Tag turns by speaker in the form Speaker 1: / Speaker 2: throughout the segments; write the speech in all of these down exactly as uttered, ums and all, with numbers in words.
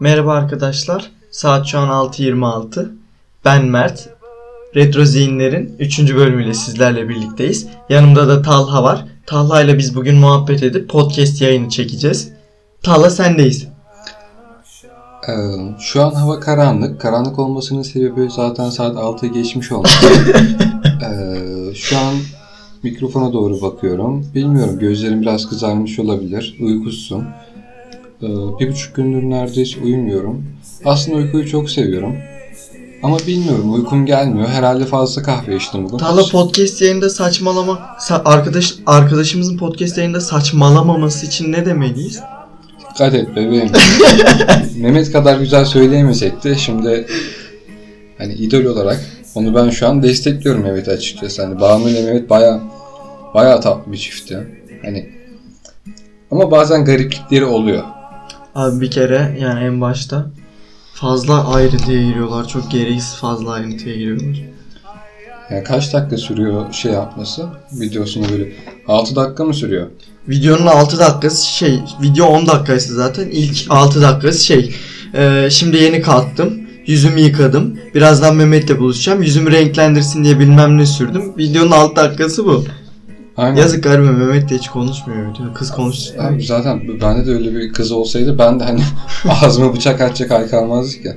Speaker 1: Merhaba arkadaşlar. Saat şu an altı yirmi altı. Ben Mert. Retro Zihinler'in üçüncü bölümüyle sizlerle birlikteyiz. Yanımda da Talha var. Talha ile biz bugün muhabbet edip podcast yayını çekeceğiz. Talha sendeyiz.
Speaker 2: Ee, şu an hava karanlık. Karanlık olmasının sebebi zaten saat altıyı geçmiş olması. ee, şu an mikrofona doğru bakıyorum. Bilmiyorum, gözlerim biraz kızarmış olabilir. Uykusuzum. Ee, bir buçuk gündür neredeyse uyumuyorum. Aslında uykuyu çok seviyorum. Ama bilmiyorum, uykum gelmiyor. Herhalde fazla kahve içtim bugün.
Speaker 1: Talha podcast yayında saçmalama... Sa- arkadaş Arkadaşımızın podcast yayında saçmalamaması için ne demeliyiz?
Speaker 2: Dikkat et bebeğim. Mehmet kadar güzel söyleyemesek de şimdi hani idol olarak onu ben şu an destekliyorum Mehmet'i açıkçası. Hani Banu ile Mehmet baya baya tatlı bir çiftti. Hani ama bazen gariplikleri oluyor.
Speaker 1: Abi bir kere yani en başta fazla ayrıntıya giriyorlar. Çok gereksiz fazla ayrıntıya giriyorlar.
Speaker 2: Yani kaç dakika sürüyor şey yapması? Videosunu böyle altı dakika mı sürüyor?
Speaker 1: Videonun altı dakikası şey, video on dakikaysa zaten ilk altı dakikası şey. E, şimdi yeni kalktım, yüzümü yıkadım, birazdan Mehmet'le buluşacağım, yüzümü renklendirsin diye bilmem ne sürdüm. Videonun altı dakikası bu.
Speaker 2: Aynen.
Speaker 1: Yazık galiba Mehmet de hiç konuşmuyor. Kız konuştu.
Speaker 2: Abi zaten bende de öyle bir kız olsaydı ben de hani ağzıma bıçak atacak hal kalmazdı ki.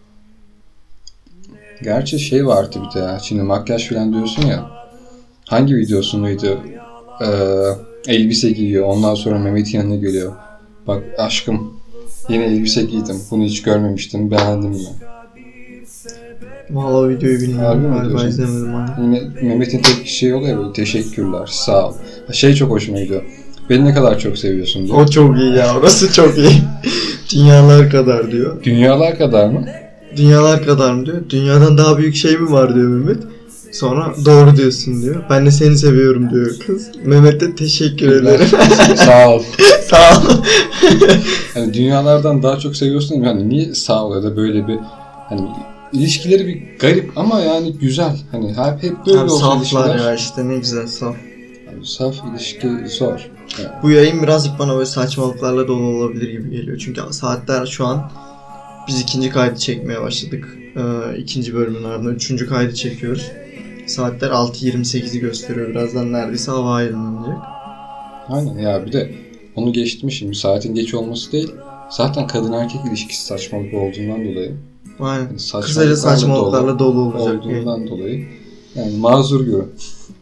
Speaker 2: Gerçi şey vardı bir de ya. Şimdi makyaj falan diyorsun ya. Hangi videosundaydı? Ee, elbise giyiyor. Ondan sonra Mehmet'in yanına geliyor. Bak aşkım, yeni elbise giydim. Bunu hiç görmemiştim. Beğendim mi?
Speaker 1: Valla o videoyu bilmiyorum. Galiba izlemedim abi.
Speaker 2: Yine Mehmet'in tek şey oluyor böyle, teşekkürler, sağ ol. Şey çok hoşuma gidiyor. Beni ne kadar çok seviyorsun diyor.
Speaker 1: O çok iyi ya. Orası çok iyi. Dünyalar kadar diyor.
Speaker 2: Dünyalar kadar mı?
Speaker 1: Dünyalar kadar mı diyor. Dünyadan daha büyük şey mi var diyor Mehmet. Sonra doğru diyorsun diyor. Ben de seni seviyorum diyor kız. Mehmet de teşekkür ederim.
Speaker 2: Sağ ol.
Speaker 1: Sağ ol.
Speaker 2: Hani dünyalardan daha çok seviyorsun değil mi? Hani niye sağ ol ya da böyle bir hani ilişkileri bir garip ama yani güzel. Hani hep hep böyle
Speaker 1: abi
Speaker 2: olsun
Speaker 1: saflar
Speaker 2: ilişkiler.
Speaker 1: ya işte ne güzel saf.
Speaker 2: Abi, saf ilişki zor. Yani.
Speaker 1: Bu yayın birazcık bana böyle saçmalıklarla dolu olabilir gibi geliyor. Çünkü saatler şu an biz ikinci kaydı çekmeye başladık. Ee, ikinci bölümün ardından üçüncü kaydı çekiyoruz. Saatler altı yirmi sekizi gösteriyor. Birazdan neredeyse hava aydınlanacak.
Speaker 2: Aynen ya, bir de onu geçtim şimdi, saatin geç olması değil. Zaten kadın erkek ilişkisi saçmalık olduğundan dolayı.
Speaker 1: Aynen.
Speaker 2: Yani saçmalıklarla
Speaker 1: Kısaca saçmalıklarla dolu, dolu olacak.
Speaker 2: Olduğundan
Speaker 1: yani.
Speaker 2: dolayı. Yani mazur görün.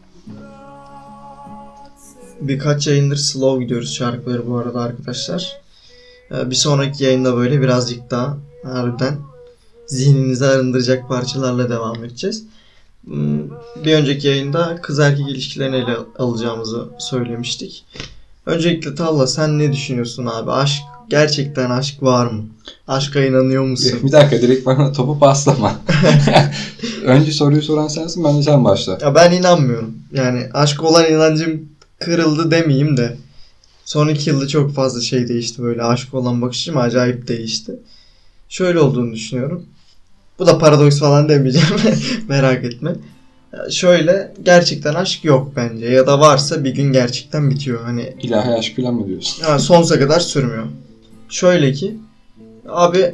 Speaker 1: Birkaç yayındır slow gidiyoruz şarkıları bu arada arkadaşlar. Bir sonraki yayında böyle birazcık daha harbiden zihninizi arındıracak parçalarla devam edeceğiz. Bir önceki yayında kız erkek ilişkilerini ele alacağımızı söylemiştik. Öncelikle Talha, sen ne düşünüyorsun abi? Aşk, gerçekten aşk var mı? Aşka inanıyor musun?
Speaker 2: Bir dakika, direkt bana topu paslama. Önce soruyu soran sensin, ben de sen başla.
Speaker 1: Ya ben inanmıyorum. Yani aşk olan inancım kırıldı demeyeyim de. Son iki yılda çok fazla şey değişti böyle. Aşk olan bakışım acayip değişti. Şöyle olduğunu düşünüyorum. Bu da paradoks falan demeyeceğim. Merak etme. Şöyle, gerçekten aşk yok bence. Ya da varsa bir gün gerçekten bitiyor. Hani
Speaker 2: İlahi aşk falan mı diyorsun?
Speaker 1: yani sonsuza kadar sürmüyor. Şöyle ki abi,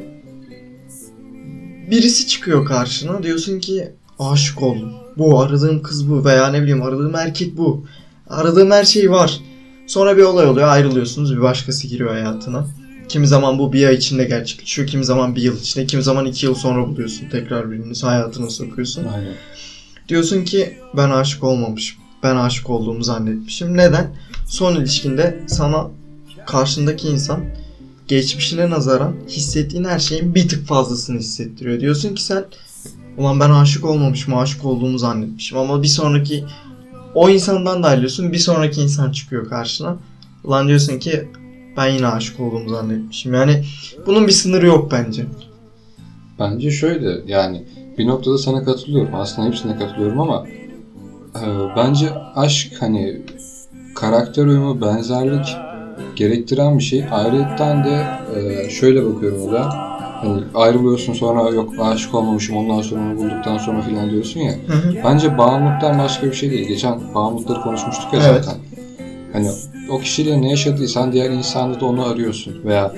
Speaker 1: birisi çıkıyor karşına, diyorsun ki aşık oldum. Bu aradığım kız bu, veya ne bileyim aradığım erkek bu. Aradığım her şey var. Sonra bir olay oluyor, ayrılıyorsunuz, bir başkası giriyor hayatına. Kimi zaman bu bir ay içinde gerçekleşiyor, kimi zaman bir yıl içinde, kimi zaman iki yıl sonra buluyorsun, tekrar birini hayatına sokuyorsun.
Speaker 2: Aynen.
Speaker 1: Diyorsun ki ben aşık olmamışım, ben aşık olduğumu zannetmişim. Neden? Son ilişkinde sana karşındaki insan geçmişine nazaran hissettiğin her şeyin bir tık fazlasını hissettiriyor. Diyorsun ki sen, ulan ben aşık olmamışım, aşık olduğumu zannetmişim. Ama bir sonraki o insandan da ayrılıyorsun, bir sonraki insan çıkıyor karşına. Ulan diyorsun ki ben yine aşık olduğumu zannetmişim. Yani bunun bir sınırı yok bence.
Speaker 2: Bence şöyle, yani bir noktada sana katılıyorum. Aslında hepsine katılıyorum ama e, bence aşk hani karakter uyumu, benzerlik gerektiren bir şey. Ayrıca de e, şöyle bakıyorum o da. Hani ayrılıyorsun, sonra yok aşık olmamışım, ondan sonra onu bulduktan sonra filan diyorsun ya.
Speaker 1: Hı hı.
Speaker 2: Bence bağımlılıktan başka bir şey değil. Geçen bağımlılıkları konuşmuştuk ya
Speaker 1: Evet.
Speaker 2: zaten. Hani o kişiyle ne yaşadıysan diğer insanda da onu arıyorsun veya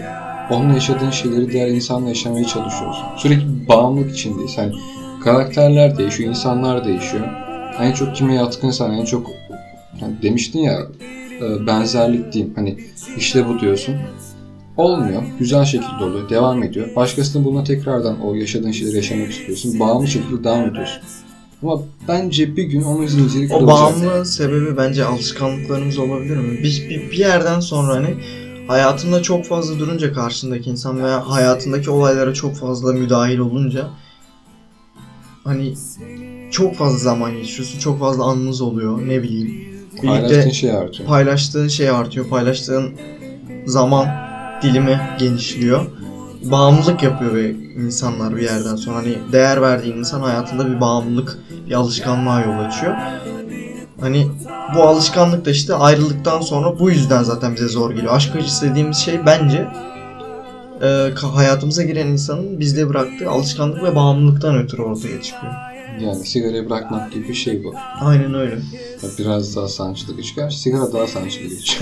Speaker 2: onunla yaşadığın şeyleri diğer insanla yaşamaya çalışıyorsun. Sürekli bir bağımlılık içindeyiz. Hani karakterler değişiyor, insanlar değişiyor. En çok kime yatkınsan, en çok hani demiştin ya benzerlik diyeyim. Hani işte bu diyorsun. Olmuyor. Güzel şekilde oluyor. Devam ediyor. Başkasının buna tekrardan o yaşadığın şeyleri yaşamak istiyorsun. Bağımlı şekilde devam ediyorsun. Ama bence bir gün onun zinciri kırılacak.
Speaker 1: O bağımlı sebebi bence alışkanlıklarımız olabilir mi? Bir, bir, bir yerden sonra hani hayatında çok fazla durunca karşındaki insan veya hayatındaki olaylara çok fazla müdahil olunca hani çok fazla zaman geçiriyorsun. Çok fazla anınız oluyor. Ne bileyim.
Speaker 2: Paylaştığın şey artıyor.
Speaker 1: Paylaştığın şey artıyor. Paylaştığın zaman dilimi genişliyor. Bağımlılık yapıyor ve insanlar bir yerden sonra hani değer verdiğin insan hayatında bir bağımlılık, bir alışkanlığa yol açıyor. Hani bu alışkanlık da işte ayrıldıktan sonra bu yüzden zaten bize zor geliyor. Aşk acısı dediğimiz şey bence e, hayatımıza giren insanın bizde bıraktığı alışkanlık ve bağımlılıktan ötürü ortaya çıkıyor.
Speaker 2: Yani sigarayı bırakmak gibi bir şey bu.
Speaker 1: Aynen öyle.
Speaker 2: Biraz daha sancılı geçiyor. Sigara daha sancılı geçiyor.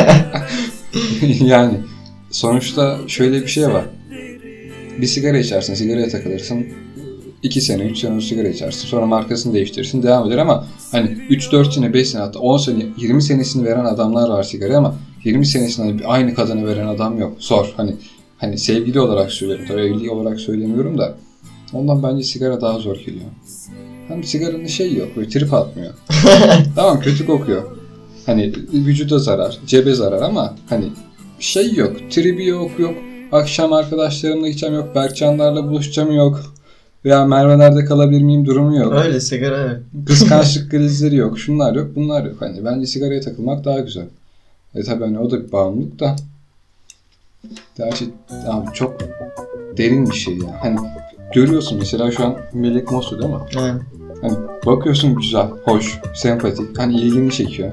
Speaker 2: Yani sonuçta şöyle bir şey var. Bir sigara içersin, sigaraya takılırsın. iki sene, üç sene o sigara içersin. Sonra markasını değiştirirsin, devam eder ama hani üç dört sene, beş sene hatta on sene, yirmi senesini veren adamlar var sigaraya ama yirmi senesini aynı kadını veren adam yok. Zor. Hani hani sevgili olarak söylüyorum. Tabii evli olarak söylemiyorum da. Ondan bence sigara daha zor geliyor. Hem sigaranın şey yok, böyle trip atmıyor. Tamam, kötü kokuyor. Hani vücuda zarar, cebe zarar ama hani şey yok, tribi yok, yok. Akşam arkadaşlarımla gideceğim yok, Berkcanlarla buluşacağım yok. Veya Merve'lerde kalabilir miyim durumu yok.
Speaker 1: Öyle sigara evet.
Speaker 2: Kıskançlık krizleri yok, şunlar yok, bunlar yok. Hani bence sigaraya takılmak daha güzel. E tabi hani o da bir bağımlılık da. Gerçi abi çok derin bir şey ya. Hani görüyorsun mesela şu an Melek Mosso değil mi?
Speaker 1: Aynen.
Speaker 2: Hani bakıyorsun güzel, hoş, sempatik, hani ilgini çekiyor.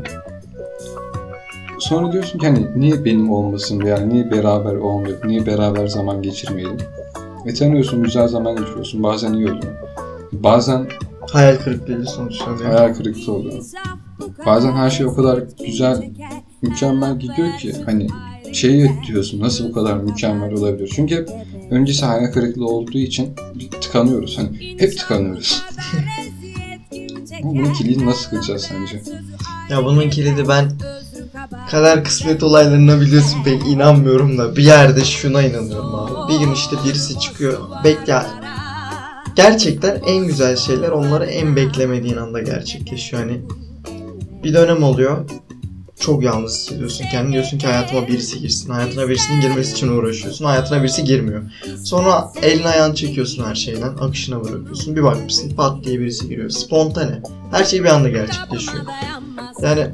Speaker 2: Sonra diyorsun ki hani niye benim olmasın veya niye beraber olmayalım, niye beraber zaman geçirmeyelim. E tanıyorsun, güzel zaman geçiriyorsun, bazen iyi oluyor. Bazen
Speaker 1: hayal kırıklığı sonuçlanıyor.
Speaker 2: hayal kırıklığı oluyor. Bazen her şey o kadar güzel, mükemmel gidiyor ki hani şey diyorsun nasıl bu kadar mükemmel olabilir? Çünkü hep öncesi hayal kırıklığı olduğu için tıkanıyoruz. Hani hep tıkanıyoruz. Ama bunun kilidini nasıl kıracağız sence?
Speaker 1: Ya bunun kilidi ben kader kısmet olaylarına biliyorsun pek inanmıyorum da bir yerde şuna inanıyorum abi. Bir gün işte birisi çıkıyor. Bekle. Gerçekten en güzel şeyler onları en beklemediğin anda gerçekleşiyor. Hani bir dönem oluyor. Çok yalnız hissediyorsun kendini. Diyorsun ki hayatıma birisi girsin. Hayatına birisinin girmesi için uğraşıyorsun. Hayatına birisi girmiyor. Sonra elini ayağını çekiyorsun her şeyden. Akışına bırakıyorsun. Bir bakmışsın pat diye birisi giriyor. Spontane. Her şey bir anda gerçekleşiyor. Yani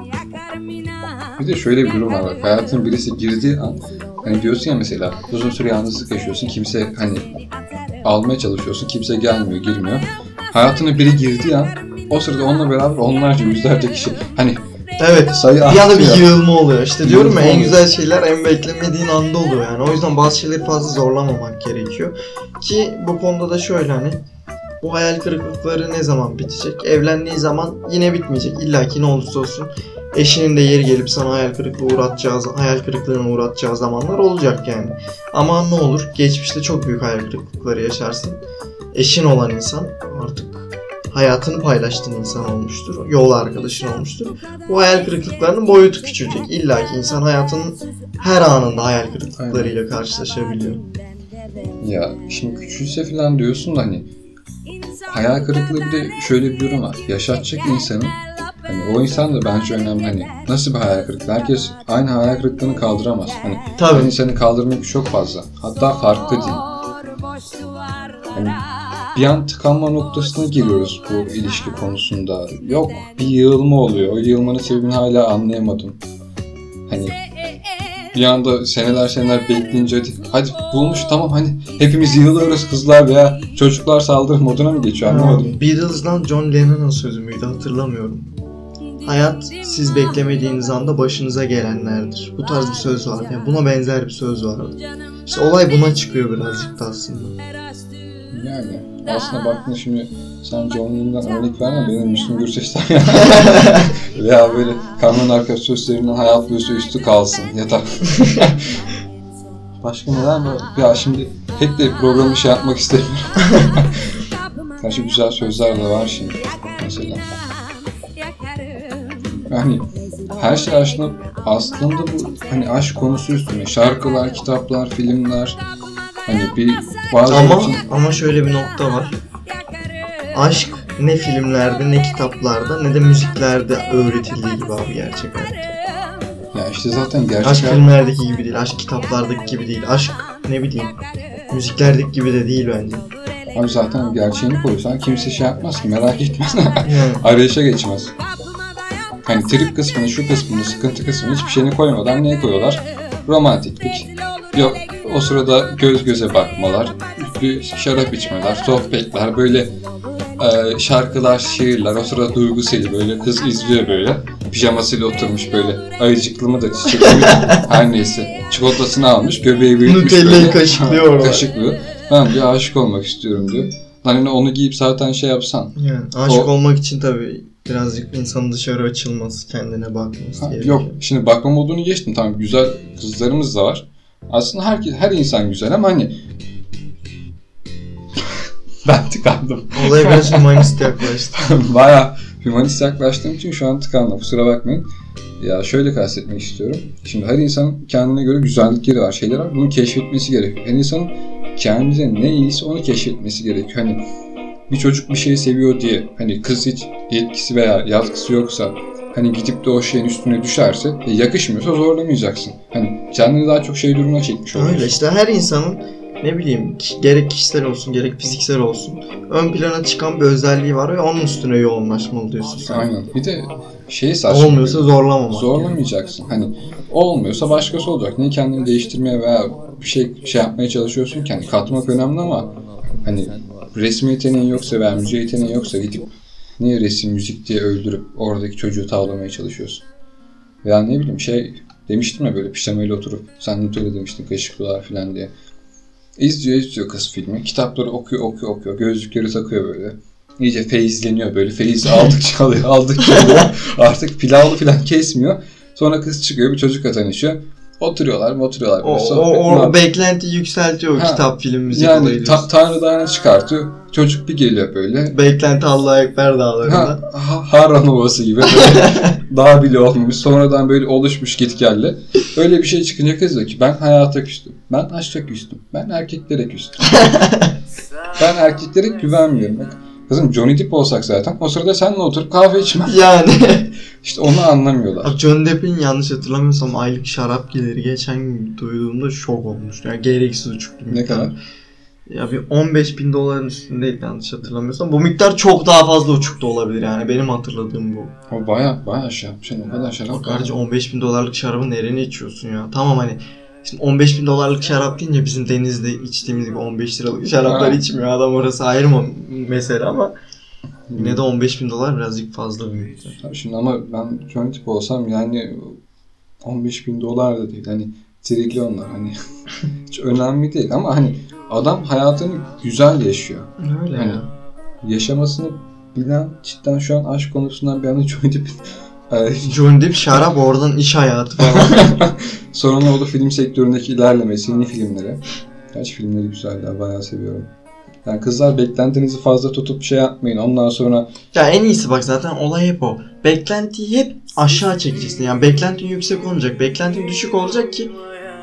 Speaker 2: bir de şöyle bir durum var. Bak, hayatın birisi girdiği an hani diyorsun ya mesela uzun süre yalnızlık yaşıyorsun. Kimse hani almaya çalışıyorsun. Kimse gelmiyor, girmiyor. Hayatına biri girdiği an o sırada onunla beraber onlarca, yüzlerce kişi hani
Speaker 1: evet,
Speaker 2: sayı
Speaker 1: bir anda bir
Speaker 2: artıyor.
Speaker 1: yığılma oluyor. İşte diyorum ya
Speaker 2: Yığılma
Speaker 1: en
Speaker 2: oluyor.
Speaker 1: güzel şeyler en beklemediğin anda oluyor yani. O yüzden bazı şeyleri fazla zorlamamak gerekiyor. Ki bu konuda da şöyle hani bu hayal kırıklıkları ne zaman bitecek? Evlendiği zaman yine bitmeyecek. İlla ki ne olursa olsun eşinin de yeri gelip sana hayal kırıklığı uğratacağı, hayal kırıklığına uğratacağı zamanlar olacak yani. Ama ne olur geçmişte çok büyük hayal kırıklıkları yaşarsın. Eşin olan insan artık hayatını paylaştığın insan olmuştur. Yol arkadaşın olmuştur. Bu hayal kırıklıklarının boyutu küçülecek. İlla ki insan hayatının her anında hayal kırıklıklarıyla karşılaşabiliyor.
Speaker 2: Ya şimdi küçülse falan diyorsun da hani hayal kırıklığı bir de şöyle bir durum var. Yaşatacak insanın hani o insan da bence önemli. Hani nasıl bir hayal kırıklığı? Herkes aynı hayal kırıklığını kaldıramaz. Hani
Speaker 1: Tabii.
Speaker 2: bir insanı kaldırma gücü çok fazla. Hatta farklı değil. Hani bir an tıkanma noktasına giriyoruz bu ilişki konusunda. Yok bir yığılma oluyor. O yığılmanın sebebini hala anlayamadım. Hani bir anda seneler seneler bekleyince hadi, hadi bulmuş tamam hani hepimiz yığılıyoruz kızlar veya çocuklar saldırı moduna mı geçiyor anlamadım.
Speaker 1: Beatles'dan John Lennon'ın sözü müydü hatırlamıyorum. Hayat siz beklemediğiniz anda başınıza gelenlerdir. Bu tarz bir söz vardı. Yani buna benzer bir söz vardı. İşte olay buna çıkıyor birazcık da aslında.
Speaker 2: Yani aslında baktığında şimdi sen John Lennon'dan örnek verme benim Müslüm Gürses'ten ya. Veya böyle kamyon arka sözlerinden hayat büyüsü üstü kalsın yeter. Başka neler var? Ya şimdi pek de programı şey yapmak istemiyorum. Gerçi güzel sözler de var şimdi mesela. Yani her şey aslında, aslında bu hani aşk konusu üstüne. Şarkılar, kitaplar, filmler. Hani bir bazı
Speaker 1: Ama
Speaker 2: için...
Speaker 1: ama şöyle bir nokta var. Aşk ne filmlerde, ne kitaplarda, ne de müziklerde öğretildiği gibi abi gerçek hayatta.
Speaker 2: Ya işte zaten gerçek
Speaker 1: Aşk
Speaker 2: hayat...
Speaker 1: filmlerdeki gibi değil, aşk kitaplardaki gibi değil, aşk ne bileyim müziklerdeki gibi de değil bence.
Speaker 2: Abi zaten gerçeğini koysan kimse şey yapmaz ki, merak etmez.
Speaker 1: Yani.
Speaker 2: Arayışa geçmez. Hani trip kısmını, şu kısmını, sıkıntı kısmını hiçbir şeyini koymadan neye koyuyorlar? Romantiklik. Yok o sırada göz göze bakmalar, bir şarap içmeler, sohbetler, böyle e, şarkılar, şiirler, o sırada duyguseli böyle kız izliyor böyle. Pijamasıyla oturmuş böyle, ayıcıklı mı da çiçekli mi her neyse. Çikolatasını almış, göbeği büyütmüş böyle.
Speaker 1: Nutella'yı kaşıklıyor orada.
Speaker 2: Kaşıklıyor. Ben bir aşık olmak istiyorum diyor. Hani onu giyip zaten şey yapsan.
Speaker 1: Yani aşık
Speaker 2: O-
Speaker 1: olmak için tabii birazcık insanın dışarı açılması, kendine bakması
Speaker 2: Ha,
Speaker 1: gerekiyor.
Speaker 2: yok şimdi bakma modunu geçtim, tamam güzel kızlarımız da var. Aslında her, her insan güzel ama hani ben tıkandım.
Speaker 1: Olaya biraz humanist yaklaştı.
Speaker 2: Bayağı hümanist yaklaştığım için şu an tıkandım, kusura bakmayın. Ya şöyle kastetmek istiyorum. Şimdi her insanın kendine göre güzellikleri var, şeyler var. Bunu keşfetmesi gerekiyor. Her insanın kendine ne iyiyse onu keşfetmesi gerekiyor. Hani bir çocuk bir şeyi seviyor diye hani kız hiç yetkisi veya yatkısı yoksa hani gidip de o şeyin üstüne düşerse e, yakışmıyorsa zorlamayacaksın. Hani kendini daha çok şey durumuna çekmiş oluyorsun.
Speaker 1: Öyle işte her insanın ne bileyim ki- gerek kişisel olsun gerek fiziksel olsun ön plana çıkan bir özelliği var ve onun üstüne yoğunlaşmalı diyorsun sen.
Speaker 2: Aynen. Bir de şeyi saçma.
Speaker 1: Olmuyorsa zorlamamak.
Speaker 2: Zorlamayacaksın. Hani olmuyorsa başkası olacak. Niye kendini değiştirmeye veya bir şey şey yapmaya çalışıyorsun ki? Hani katmak önemli ama hani resmi yeteneğin yoksa veya müziğe yeteneğin yoksa gidip niye resim, müzik diye öldürüp oradaki çocuğu tavlamaya çalışıyorsun? Veya ne bileyim şey demiştim ya böyle pijamayla oturup sen Nutella demiştin kaşıklıyorlar falan diye. İzliyor izliyor kız filmi. Kitapları okuyor okuyor okuyor. Gözlükleri takıyor böyle. İyice feyizleniyor böyle. Feyiz aldıkça alıyor aldıkça alıyor. Artık pilavlı falan kesmiyor. Sonra kız çıkıyor bir çocukla tanışıyor. Oturuyorlar mı oturuyorlar.
Speaker 1: O,
Speaker 2: Böyle
Speaker 1: o,
Speaker 2: sohbet,
Speaker 1: o,
Speaker 2: muhabbet.
Speaker 1: beklentiyi yükseltiyor
Speaker 2: Ha,
Speaker 1: kitap, film, müzik
Speaker 2: Yani
Speaker 1: olayı
Speaker 2: ta-
Speaker 1: diyorsun.
Speaker 2: Tanrı'dan çıkartıyor. Çocuk bir geliyor böyle.
Speaker 1: Beklenti Allah'a Ekber dağlarında.
Speaker 2: Ha, ha, Harran Ovası gibi böyle daha bile olmamış. Sonradan böyle oluşmuş gitgelle. Öyle bir şey çıkınca kız diyor ki ben hayata küstüm. Ben aşka küstüm. Ben erkeklere küstüm. Ben erkeklere güvenmiyorum. Bak, kızım Johnny Depp olsak zaten o sırada seninle oturup kahve içmem.
Speaker 1: Yani.
Speaker 2: İşte onu anlamıyorlar.
Speaker 1: Bak Johnny Depp'in yanlış hatırlamıyorsam aylık şarap geliri geçen gün duyduğumda şok olmuştu. Yani gereksiz uçuktu.
Speaker 2: Ne kadar?
Speaker 1: Ya bir on beş bin doların üstündeydi yanlış hatırlamıyorsam. Bu miktar çok daha fazla uçukta olabilir yani. Benim hatırladığım bu.
Speaker 2: O baya baya şey yapmış. O kadar şarap.
Speaker 1: Bak kardeşim on beş bin dolarlık şarabı nereye içiyorsun ya? Tamam hani şimdi on beş bin dolarlık şarap deyince bizim denizde içtiğimiz gibi on beş liralık şaraplar
Speaker 2: Ha.
Speaker 1: içmiyor. Adam orası ayrı mı mesele ama yine de on beş bin dolar birazcık fazla bir miktar.
Speaker 2: Tabii şimdi ama ben Johnny Depp olsam yani on beş bin dolar da değil. Hani trilyonlar hani hiç önemli değil ama hani adam hayatını güzel yaşıyor.
Speaker 1: Öyle
Speaker 2: Hani
Speaker 1: ya.
Speaker 2: yaşamasını bilen cidden şu an aşk konusundan bir anda Johnny Depp'in e,
Speaker 1: Johnny Depp şarap oradan iş hayatı falan.
Speaker 2: sonra o da film sektöründeki ilerlemesi, yeni filmleri. Kaç filmleri güzel ya, bayağı seviyorum. Yani kızlar beklentinizi fazla tutup şey yapmayın. Ondan sonra
Speaker 1: Ya en iyisi bak zaten olay hep o. Beklentiyi hep aşağı çekeceksin. Yani beklentin yüksek olmayacak. Beklentin düşük olacak ki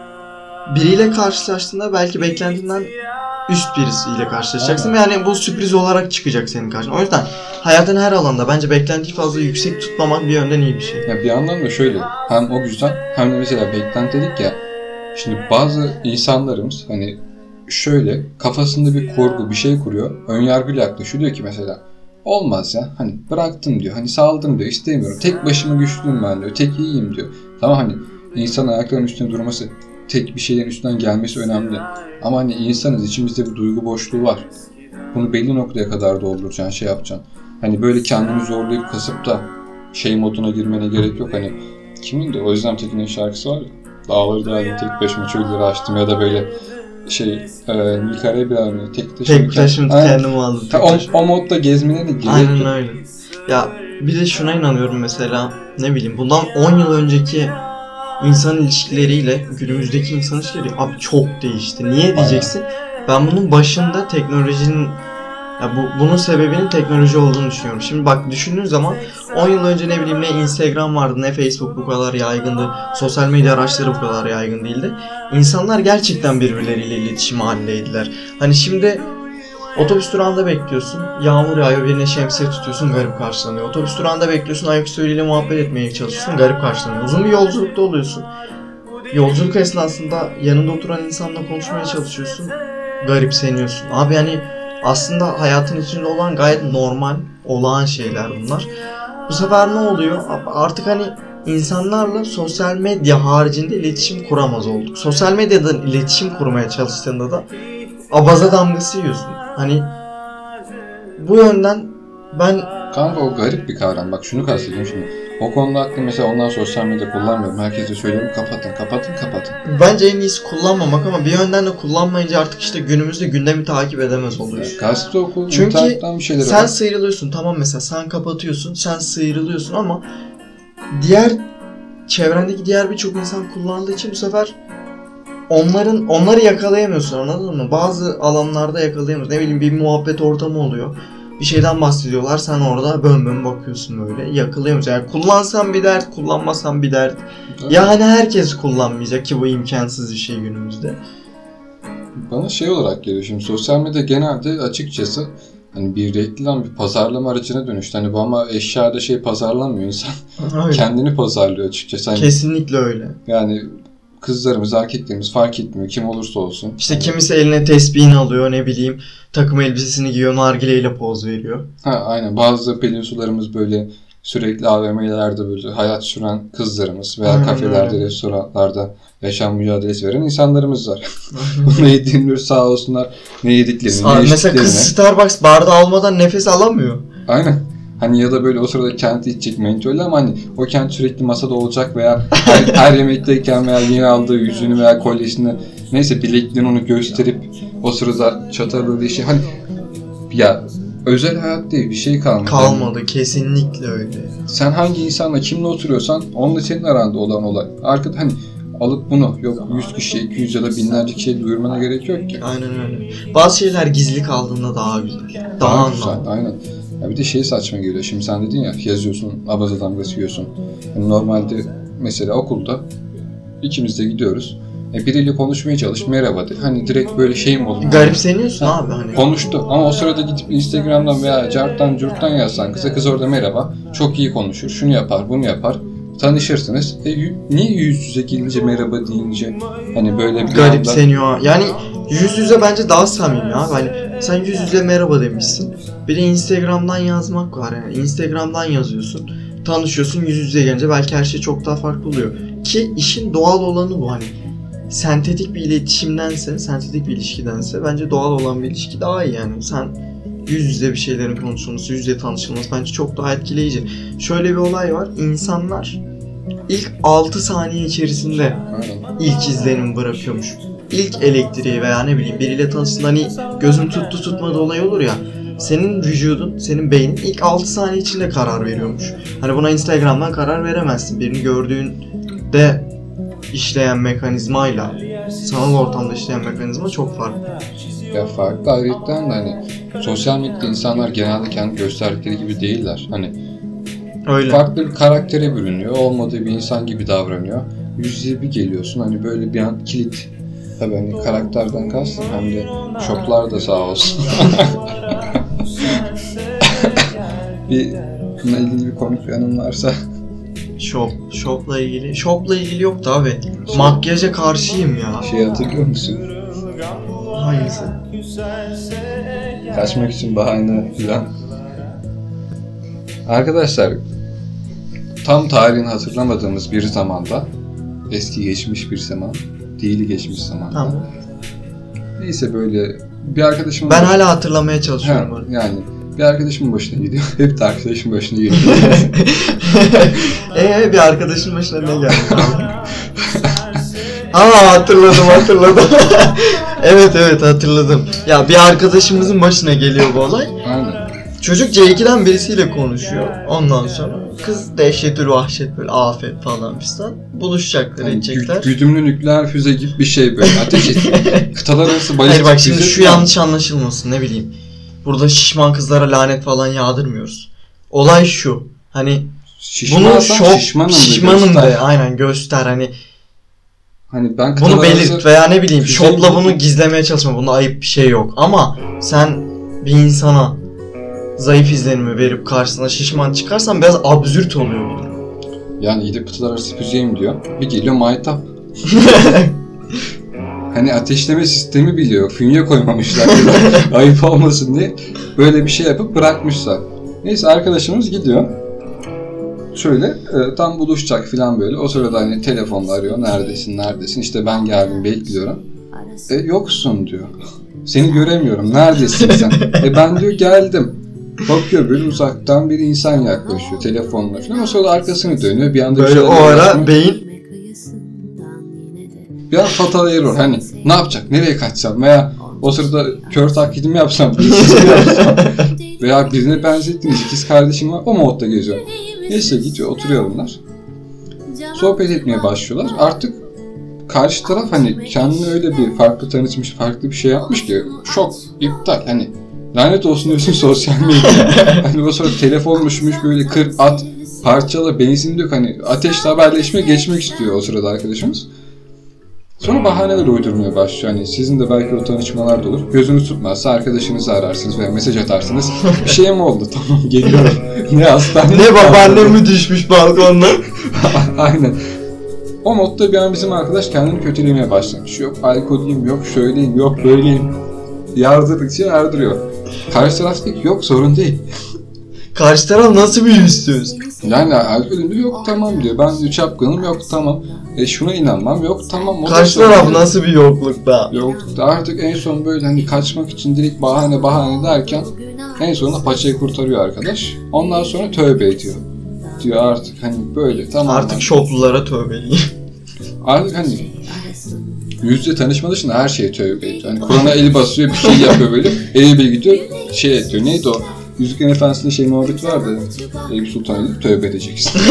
Speaker 1: biriyle karşılaştığında belki beklentinden üst birisiyle karşılaşacaksın.
Speaker 2: Aynen.
Speaker 1: Yani bu sürpriz olarak çıkacak senin karşına. O yüzden hayatın her alanda bence beklentiyi fazla yüksek tutmamak bir yönden iyi bir şey.
Speaker 2: ya bir yandan da şöyle hem o güzel hem de mesela beklenti dedik ya. Şimdi bazı insanlarımız hani şöyle kafasında bir kurgu bir şey kuruyor. Önyargıyla yaklaşıyor. Diyor ki mesela olmaz ya hani bıraktım diyor. Hani saldım diyor. İstemiyorum. Tek başıma güçlüyüm ben diyor. Tek iyiyim diyor. Tamam hani insan ayaklarının üstünde durması, tek bir şeylerin üstünden gelmesi önemli. Ama hani insanız, içimizde bir duygu boşluğu var. Bunu belli noktaya kadar dolduracaksın, şey yapacaksın. Hani böyle kendini zorlayıp kasıp da şey moduna girmene gerek yok. Hani kimin de Özlem Tekin'in şarkısı var ya. Dağları deldim tek başıma çölleri açtım ya da böyle şey e, Nilkare bir abi tek taşım.
Speaker 1: Tek taşım
Speaker 2: Aynen.
Speaker 1: kendim aldım.
Speaker 2: Ta- O, o modda gezmene de gerek
Speaker 1: Aynen
Speaker 2: yok.
Speaker 1: öyle. Ya bir de şuna inanıyorum mesela ne bileyim bundan on yıl önceki insan ilişkileriyle günümüzdeki insan ilişkileri abi çok değişti. Niye diyeceksin? Ben bunun başında teknolojinin ya bu bunun sebebinin teknoloji olduğunu düşünüyorum. Şimdi bak düşündüğün zaman on yıl önce ne bileyim ne Instagram vardı, ne Facebook bu kadar yaygındı. Sosyal medya araçları bu kadar yaygın değildi. İnsanlar gerçekten birbirleriyle iletişim halindeydiler. Hani şimdi otobüs durağında bekliyorsun, yağmur yağıyor, birine şemsiye tutuyorsun, garip karşılanıyor. Otobüs durağında bekliyorsun, ayaküstüyle muhabbet etmeye çalışıyorsun, garip karşılanıyor. Uzun bir yolculukta oluyorsun. Yolculuk esnasında yanında oturan insanla konuşmaya çalışıyorsun, garipseniyorsun. Abi yani aslında hayatın içinde olan gayet normal, olağan şeyler bunlar. Bu sefer ne oluyor? Artık hani insanlarla sosyal medya haricinde iletişim kuramaz olduk. Sosyal medyadan iletişim kurmaya çalıştığında da abaza damgası yiyorsun. Hani bu yönden ben...
Speaker 2: Kanka o garip bir kavram. Bak şunu kastediyorum şimdi. O konuda hakkında mesela ondan sosyal medya kullanmıyorum. Herkese söylüyorum kapatın, kapatın, kapatın.
Speaker 1: Bence en iyisi kullanmamak ama bir yönden de kullanmayınca artık işte günümüzde gündemi takip edemez oluyorsun.
Speaker 2: Gazete oku,
Speaker 1: Çünkü
Speaker 2: internetten bir şeyler
Speaker 1: sen
Speaker 2: bak.
Speaker 1: sıyrılıyorsun. Tamam mesela sen kapatıyorsun, sen sıyrılıyorsun ama diğer çevrendeki diğer birçok insan kullandığı için bu sefer onların onları yakalayamıyorsun, anladın mı? Bazı alanlarda yakalayamıyorsun. Ne bileyim bir muhabbet ortamı oluyor. Bir şeyden bahsediyorlar. Sen orada bön bön bakıyorsun böyle. Yakalayamıyorsun. Yani kullansan bir dert, kullanmasan bir dert.
Speaker 2: Tabii.
Speaker 1: Yani herkes kullanmayacak ki bu imkansız bir şey günümüzde.
Speaker 2: Bana şey olarak geliyor şimdi sosyal medya genelde açıkçası hani bir reklam, bir pazarlama aracına dönüştü. Hani bu ama eşyada şey pazarlanmıyor insan.
Speaker 1: Öyle.
Speaker 2: Kendini pazarlıyor açıkçası. Hani
Speaker 1: Kesinlikle öyle.
Speaker 2: yani kızlarımız, erkeklerimiz fark etmiyor. Kim olursa olsun.
Speaker 1: İşte kimisi eline tesbihini alıyor, ne bileyim takım elbisesini giyiyor, nargileyle poz veriyor.
Speaker 2: Ha aynen. Bazı pelinsularımız böyle sürekli A V M'lerde böyle hayat süren kızlarımız veya
Speaker 1: Aynen
Speaker 2: kafelerde,
Speaker 1: öyle.
Speaker 2: restoranlarda yaşam mücadelesi veren insanlarımız var. Ne yediğini sağ olsunlar, ne yediklerini,
Speaker 1: Aa,
Speaker 2: ne
Speaker 1: mesela
Speaker 2: içtiklerini.
Speaker 1: kız Starbucks barda almadan nefes alamıyor.
Speaker 2: Aynen. Hani ya da böyle o sırada kenti içecek mentolü ama hani o kent sürekli masada olacak veya her, her yemekteyken veya yeni aldığı yüzüğünü veya kolyesini neyse bilekliğini onu gösterip o sırada çatarladığı şey hani ya özel hayat değil bir şey kalmadı.
Speaker 1: Kalmadı, kesinlikle öyle.
Speaker 2: Sen hangi insanla kimle oturuyorsan onunla senin aranda olan olay. Arkada hani alıp bunu yok yüz kişi, iki yüz ya da binlerce kişiye duyurmana gerek yok ki.
Speaker 1: Aynen öyle. Bazı şeyler gizli kaldığında daha güzel. Daha,
Speaker 2: Daha
Speaker 1: anlamlı.
Speaker 2: güzel, aynen. Ya bir de şey saçma geliyor. Şimdi sen dedin ya yazıyorsun, abaza damgası yiyorsun. Yani normalde mesela okulda ikimiz de gidiyoruz. E biriyle konuşmaya çalış, merhaba de. Hani direkt böyle şey mi olur?
Speaker 1: Garipseniyorsun
Speaker 2: Ha,
Speaker 1: abi hani.
Speaker 2: Konuştu ama o sırada gidip Instagram'dan veya carttan curttan yazsan kıza, kız orada merhaba, çok iyi konuşur, şunu yapar, bunu yapar. Tanışırsınız. E y- niye yüz yüze gelince merhaba deyince hani böyle bir anda...
Speaker 1: Garipseniyor. Yani yüz yüze bence daha samimi abi. Hani sen yüz yüze merhaba demişsin. Bir de Instagram'dan yazmak var yani. Instagram'dan yazıyorsun. Tanışıyorsun, yüz yüze gelince belki her şey çok daha farklı oluyor. Ki işin doğal olanı bu hani. Sentetik bir iletişimdense, sentetik bir ilişkidense bence doğal olan bir ilişki daha iyi yani. Sen yüz yüze bir şeylerin konuşulması, yüz yüze tanışılması bence çok daha etkileyici. Şöyle bir olay var. İnsanlar ilk altı saniye içerisinde
Speaker 2: Aynen.
Speaker 1: ilk izlenim bırakıyormuş. İlk elektriği veya ne bileyim biriyle tanıştığında hani gözün tuttu tutmadı olay olur ya. Senin vücudun, senin beynin ilk altı saniye içinde karar veriyormuş. Hani buna Instagram'dan karar veremezsin. Birini gördüğünde işleyen mekanizmayla sanal ortamda işleyen mekanizma çok farklı.
Speaker 2: Ya farklı ayrıyetten de hani sosyal medyada insanlar genelde kendi gösterdikleri gibi değiller. Hani
Speaker 1: Öyle.
Speaker 2: farklı bir karaktere bürünüyor, olmadığı bir insan gibi davranıyor. Yüz yüze bir geliyorsun hani böyle bir an kilit. Tabii hani karakterden kastım hem de şoplar da sağ olsun. bir bununla ilgili bir komik bir anım varsa.
Speaker 1: Shop, shop'la ilgili. Shop'la ilgili yoktu abi.
Speaker 2: Şey-
Speaker 1: Makyaja karşıyım ya.
Speaker 2: Şey hatırlıyor musun?
Speaker 1: Hangisi?
Speaker 2: Kaçmak için bahane filan. Arkadaşlar tam tarihini hatırlamadığımız bir zamanda, eski geçmiş bir zaman, değil geçmiş zamanda.
Speaker 1: Tamam.
Speaker 2: Neyse böyle bir arkadaşımın
Speaker 1: Ben hala hatırlamaya çalışıyorum.
Speaker 2: Ha,
Speaker 1: bunu.
Speaker 2: yani bir arkadaşımın başına gidiyor. Hep de arkadaşımın başına geliyor.
Speaker 1: Eee bir arkadaşın başına ne geldi abi? Aa hatırladım hatırladım. evet evet hatırladım. Ya bir arkadaşımızın başına geliyor bu olay.
Speaker 2: Aynen.
Speaker 1: Çocuk C iki'den birisiyle konuşuyor. Ondan sonra kız dehşetül vahşet böyle afet falan fistan. Buluşacaklar,
Speaker 2: Yani
Speaker 1: edecekler.
Speaker 2: gü- güdümlü nükleer füze gibi bir şey böyle. Ateş ediyor. Kıtalar arası balistik
Speaker 1: Hayır bak şimdi
Speaker 2: füze
Speaker 1: şu
Speaker 2: falan.
Speaker 1: yanlış anlaşılmasın, ne bileyim. Burada şişman kızlara lanet falan yağdırmıyoruz. Olay şu. Hani bunu
Speaker 2: Şişmansan
Speaker 1: şok,
Speaker 2: şişmanım,
Speaker 1: şişmanım,
Speaker 2: göster.
Speaker 1: de aynen göster hani.
Speaker 2: Hani ben kıtalar
Speaker 1: Bunu belirt
Speaker 2: arası
Speaker 1: veya ne bileyim
Speaker 2: füzeyi
Speaker 1: şopla bunu
Speaker 2: buldum.
Speaker 1: gizlemeye çalışma. Bunda ayıp bir şey yok. Ama sen bir insana zayıf izlenimi verip karşısına şişman çıkarsan biraz absürt oluyor bu durum.
Speaker 2: Yani gidip kıtalar arası füzeyim diyor. Bir geliyor maytap. Hani ateşleme sistemi biliyor. Fünye koymamışlar. Ayıp olmasın diye. Böyle bir şey yapıp bırakmışlar. Neyse arkadaşımız gidiyor. Şöyle e, tam buluşacak falan böyle. O sırada hani telefonla arıyor. Neredesin, neredesin? İşte ben geldim, bekliyorum. E, yoksun diyor. Seni göremiyorum. Neredesin sen? E ben diyor geldim. Bakıyor böyle uzaktan bir insan yaklaşıyor telefonla falan. O sırada arkasını dönüyor. Bir anda bir
Speaker 1: Böyle
Speaker 2: şeyler
Speaker 1: o ara
Speaker 2: uğraşmıyor.
Speaker 1: beyin
Speaker 2: Bir an fatal error. Hani ne yapacak? Nereye kaçsam? Veya o sırada kör taklidimi yapsam, ikiz mi yapsam? Veya birine benzettiniz, ikiz kardeşim var, o modda geziyor. Neyse gidiyor, oturuyor bunlar. Sohbet etmeye başlıyorlar. Artık karşı taraf hani kendini öyle bir farklı tanıtmış, farklı bir şey yapmış ki şok, iptal. Hani lanet olsun diyorsun sosyal medya. Hani o sırada telefonmuşmuş böyle kır, at, parçala, benzin dök, hani ateşle haberleşmeye geçmek istiyor o sırada arkadaşımız. Sonra bahaneler uydurmaya başlıyor. Hani sizin de belki o tanışmalar da olur. Gözünüz tutmazsa arkadaşınızı ararsınız veya mesaj atarsınız. Bir şey mi oldu? Tamam geliyorum. Ne hastane?
Speaker 1: ne babaannem mi düşmüş balkondan?
Speaker 2: Aynen. O modda bir an bizim arkadaş kendini kötülemeye başlamış. Yok alkoliyim, yok şöyleyim, yok böyleyim. Yardırdıkça yardırıyor. Karşı taraf diyor ki yok sorun değil.
Speaker 1: Karşı taraf nasıl bir yüzsüz?
Speaker 2: Yani alkolüm diyor yok tamam diyor. Ben diyor çapkınım yok tamam. E şuna inanmam yok tamam. O da
Speaker 1: Karşı
Speaker 2: sorun
Speaker 1: taraf
Speaker 2: değil.
Speaker 1: nasıl bir yoklukta?
Speaker 2: Yok artık en son böyle hani kaçmak için direkt bahane bahane derken en sonunda paçayı kurtarıyor arkadaş. Ondan sonra tövbe ediyor. Diyor artık hani böyle tamam.
Speaker 1: Artık şoklulara tövbeliyim.
Speaker 2: Artık hani yüzle tanışma dışında her şeye tövbe ediyor. Hani Kur'an'a eli basıyor bir şey yapıyor böyle. Eli bir gidiyor şey ediyor. Neydi o? Yüzüklerin Efendisi'nde şey muhabbet vardı. Eyüp Sultan edip tövbe edeceksin.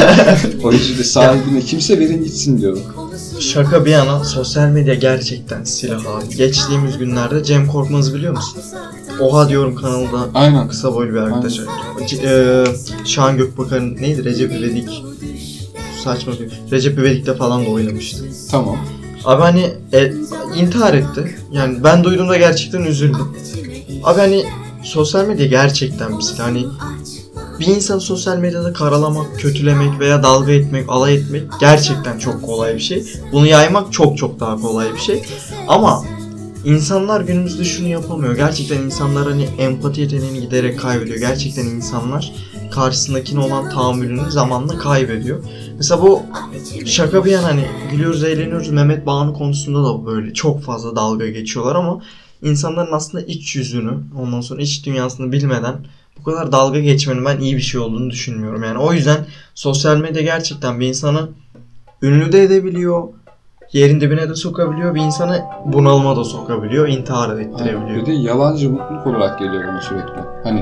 Speaker 2: O yüzden sahibine kimse verin gitsin diyor.
Speaker 1: Şaka bir yana sosyal medya gerçekten silah abi. Geçtiğimiz günlerde Cem Korkmaz'ı biliyor musun? Oha diyorum kanalda
Speaker 2: Aynen.
Speaker 1: kısa boylu bir arkadaş. Ee, Şahan Gökbakar'ın neydi? Recep İvedik. Saçma bir. Recep İvedik'te falan da oynamıştı.
Speaker 2: Tamam.
Speaker 1: Abi hani e, intihar etti. Yani ben duyduğumda gerçekten üzüldüm. Abi hani sosyal medya gerçekten bir silah. Hani bir insanı sosyal medyada karalamak, kötülemek veya dalga etmek, alay etmek gerçekten çok kolay bir şey. Bunu yaymak çok çok daha kolay bir şey. Ama insanlar günümüzde şunu yapamıyor. Gerçekten insanlar hani empati yeteneğini giderek kaybediyor. Gerçekten insanlar karşısındakine olan tahammülünü zamanla kaybediyor. Mesela bu şaka bir yana hani gülüyoruz, eğleniyoruz. Mehmet Banu konusunda da böyle çok fazla dalga geçiyorlar ama insanların aslında iç yüzünü, ondan sonra iç dünyasını bilmeden bu kadar dalga geçmenin ben iyi bir şey olduğunu düşünmüyorum. Yani o yüzden sosyal medya gerçekten bir insanı ünlü de edebiliyor, yerin dibine de sokabiliyor, bir insanı bunalıma da sokabiliyor, intihar ettirebiliyor.
Speaker 2: Bir de yalancı mutluluk olarak geliyor bana sürekli. Hani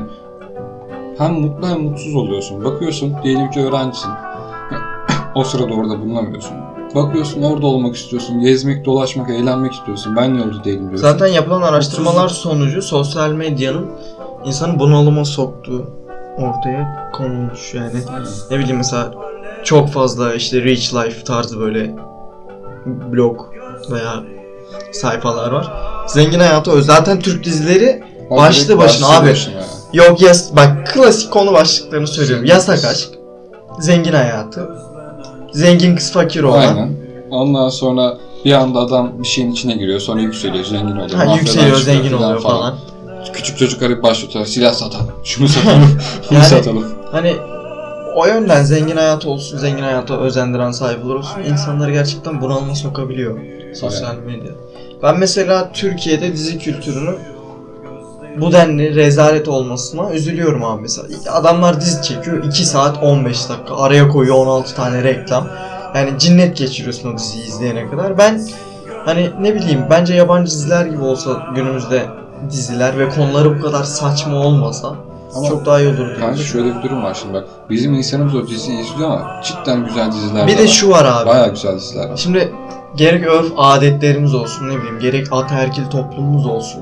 Speaker 2: hem mutlu hem mutsuz oluyorsun. Bakıyorsun diyelim ki öğrencisin. O sırada orada bulunamıyorsun. Bakıyorsun orada olmak istiyorsun. Gezmek, dolaşmak, eğlenmek istiyorsun. Ben niye orada değilim diyorsun.
Speaker 1: Zaten yapılan araştırmalar sonucu sosyal medyanın insanı bunalıma soktuğu ortaya konulmuş yani. Ne bileyim mesela çok fazla işte Rich Life tarzı böyle blog veya sayfalar var. Zengin hayatı o. Zaten Türk dizileri
Speaker 2: O
Speaker 1: başlı
Speaker 2: direkt
Speaker 1: başına
Speaker 2: başlı
Speaker 1: abi.
Speaker 2: başına ya.
Speaker 1: Yok yas bak klasik konu başlıklarını söylüyorum. Yasak aşk, zengin hayatı, zengin kız fakir olan.
Speaker 2: Aynen. Ondan sonra bir anda adam bir şeyin içine giriyor. Sonra yükseliyor, zengin oluyor.
Speaker 1: Ha,
Speaker 2: mafyadan
Speaker 1: yükseliyor,
Speaker 2: çıkıyor
Speaker 1: zengin oluyor falan.
Speaker 2: Küçük çocukları başlıyor. Silah satalım. Şunu satalım. Bunu
Speaker 1: Yani-
Speaker 2: satalım.
Speaker 1: Hani o yönden zengin hayatı olsun, zengin hayata özendiren sayfalar olsun, insanları gerçekten bunalıma sokabiliyor sosyal medya. Ben mesela Türkiye'de dizi kültürünü bu denli rezalet olmasına üzülüyorum abi mesela. Adamlar dizi çekiyor iki saat on beş dakika, araya koyuyor on altı tane reklam. Yani cinnet geçiriyorsun o diziyi izleyene kadar. Ben hani ne bileyim bence yabancı diziler gibi olsa günümüzde diziler ve konuları bu kadar saçma olmasa
Speaker 2: Ama
Speaker 1: çok daha iyi olur diye
Speaker 2: kanka
Speaker 1: düşünüyorum.
Speaker 2: şöyle bir durum var şimdi bak. Bizim insanımız o diziyi izliyor ama cidden güzel diziler
Speaker 1: Bir
Speaker 2: de
Speaker 1: de
Speaker 2: var.
Speaker 1: şu var abi.
Speaker 2: Bayağı güzel diziler var.
Speaker 1: Şimdi gerek örf adetlerimiz olsun, ne bileyim, gerek ataerkil toplumumuz olsun.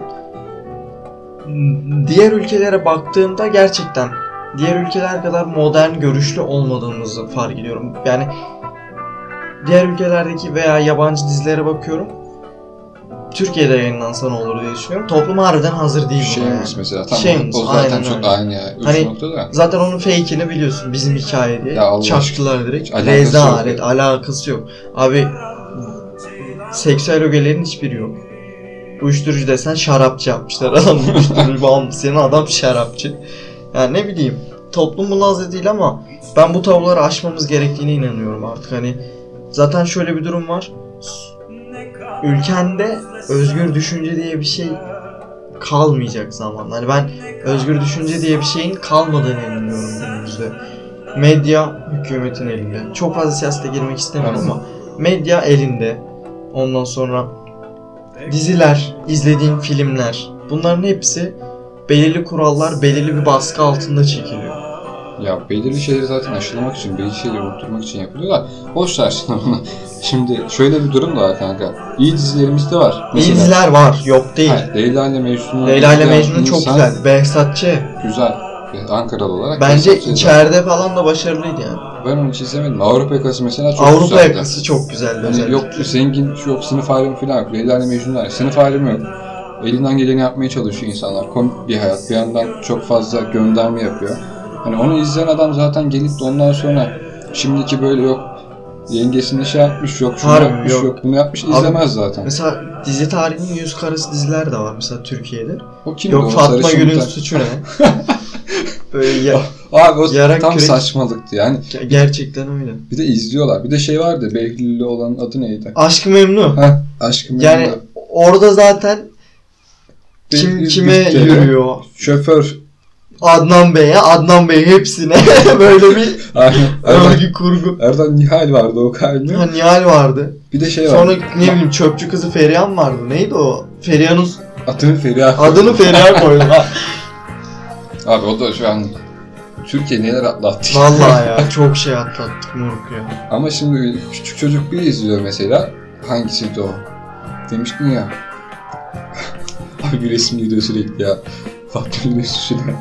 Speaker 1: Diğer ülkelere baktığımda gerçekten diğer ülkeler kadar modern görüşlü olmadığımızı fark ediyorum. Yani diğer ülkelerdeki veya yabancı dizilere bakıyorum. Türkiye'de yayınlansa ne olur diye düşünüyorum. Toplum harbiden hazır değil buna
Speaker 2: Shameless
Speaker 1: yani.
Speaker 2: mesela. Tamam.
Speaker 1: Shameless,
Speaker 2: O zaten
Speaker 1: aynen
Speaker 2: çok
Speaker 1: öyle.
Speaker 2: aynı ya. Üç
Speaker 1: Hani-
Speaker 2: noktada.
Speaker 1: Zaten onun fake'ini biliyorsun, bizim hikaye diye.
Speaker 2: Ya Allah
Speaker 1: Çaktılar
Speaker 2: aşkına.
Speaker 1: direkt.
Speaker 2: Hiç alakası yok
Speaker 1: Rezalet,
Speaker 2: ya.
Speaker 1: alakası yok. Abi seksüel ögelerin hiçbiri yok. Uyuşturucu desen şarapçı yapmışlar. Adam uyuşturucu bağımlısı, adam şarapçı. Yani ne bileyim, toplum buna hazır değil ama ben bu tabuları aşmamız gerektiğine inanıyorum artık. Hani zaten şöyle bir durum var. Ülkende özgür düşünce diye bir şey kalmayacak zamanla. Hani ben özgür düşünce diye bir şeyin kalmadığını inanıyorum günümüzde. Medya hükümetin elinde. Çok fazla siyasete girmek istemiyorum
Speaker 2: Evet.
Speaker 1: ama medya elinde. Ondan sonra diziler, izlediğim filmler, bunların hepsi belirli kurallar, belirli bir baskı altında çekiliyor.
Speaker 2: Ya belirli şeyleri zaten aşılamak için, belirli şeyleri unutturmak için yapılıyor da boş ver şimdi bunu. Şimdi şöyle bir durum da var kanka. İyi dizilerimiz de var.
Speaker 1: İyi diziler var, yok değil.
Speaker 2: Hayır, Leyla ile Mecnun'u
Speaker 1: Leyla ile
Speaker 2: izleyen
Speaker 1: Mecnun çok
Speaker 2: insan
Speaker 1: güzel. Behzat Ç.
Speaker 2: Güzel. Ankaralı olarak.
Speaker 1: Bence
Speaker 2: Behzat Ç.
Speaker 1: içeride falan da başarılıydı yani.
Speaker 2: Ben onu hiç izlemedim. Avrupa Yakası mesela çok
Speaker 1: Avrupa
Speaker 2: güzeldi.
Speaker 1: Yakası çok güzeldi
Speaker 2: Hani
Speaker 1: özellikle.
Speaker 2: yok zengin, yok sınıf ayrımı falan yok. Leyla ile Mecnun var. Sınıf ayrımı yok. Elinden geleni yapmaya çalışıyor insanlar. Komik bir hayat. Bir yandan çok fazla gönderme yapıyor. Hani onu izleyen adam zaten gelip de ondan sonra şimdiki böyle yok yengesini şey yapmış, yok şunu
Speaker 1: Harbi
Speaker 2: yapmış,
Speaker 1: yok.
Speaker 2: yok. bunu yapmış
Speaker 1: Abi,
Speaker 2: izlemez zaten.
Speaker 1: Mesela dizi tarihinin yüz karası diziler de var mesela Türkiye'de.
Speaker 2: O kimdi
Speaker 1: Yok
Speaker 2: o
Speaker 1: Fatma
Speaker 2: sarışın
Speaker 1: Gül'ün
Speaker 2: bir
Speaker 1: suçu ne? Böyle ya,
Speaker 2: tane- Abi o
Speaker 1: yarak
Speaker 2: tam
Speaker 1: kürek-
Speaker 2: saçmalıktı yani.
Speaker 1: Ge- gerçekten öyle.
Speaker 2: Bir de izliyorlar. Bir de şey vardı, Behlül'lü olan adı neydi?
Speaker 1: Aşk-ı Memnu.
Speaker 2: Heh, Aşkım
Speaker 1: Yani
Speaker 2: Memnu.
Speaker 1: orada zaten kim
Speaker 2: Behlül
Speaker 1: kime
Speaker 2: bir kere,
Speaker 1: yürüyor?
Speaker 2: Şoför.
Speaker 1: Adnan Bey'e, Adnan Bey hepsine böyle bir
Speaker 2: Aynen. Erdan,
Speaker 1: örgü kurgu.
Speaker 2: Erdan Nihal vardı o kaynıyor.
Speaker 1: Ha, Nihal vardı.
Speaker 2: Bir de şey
Speaker 1: Sonra
Speaker 2: vardı.
Speaker 1: ne bileyim çöpçü kızı Ferihan vardı. Neydi o? Feriha'nın
Speaker 2: Adını Feriha.
Speaker 1: adını Feriha koydu. Ha.
Speaker 2: Abi o da şu an Türkiye neler atlattı.
Speaker 1: Vallahi ya çok şey atlattık moruk ya.
Speaker 2: Ama şimdi küçük çocuk bir izliyor mesela. Hangisiydi o? Demiştin ya. Abi bir resim gidiyor sürekli ya. Fatma Gül'ün suçu ne?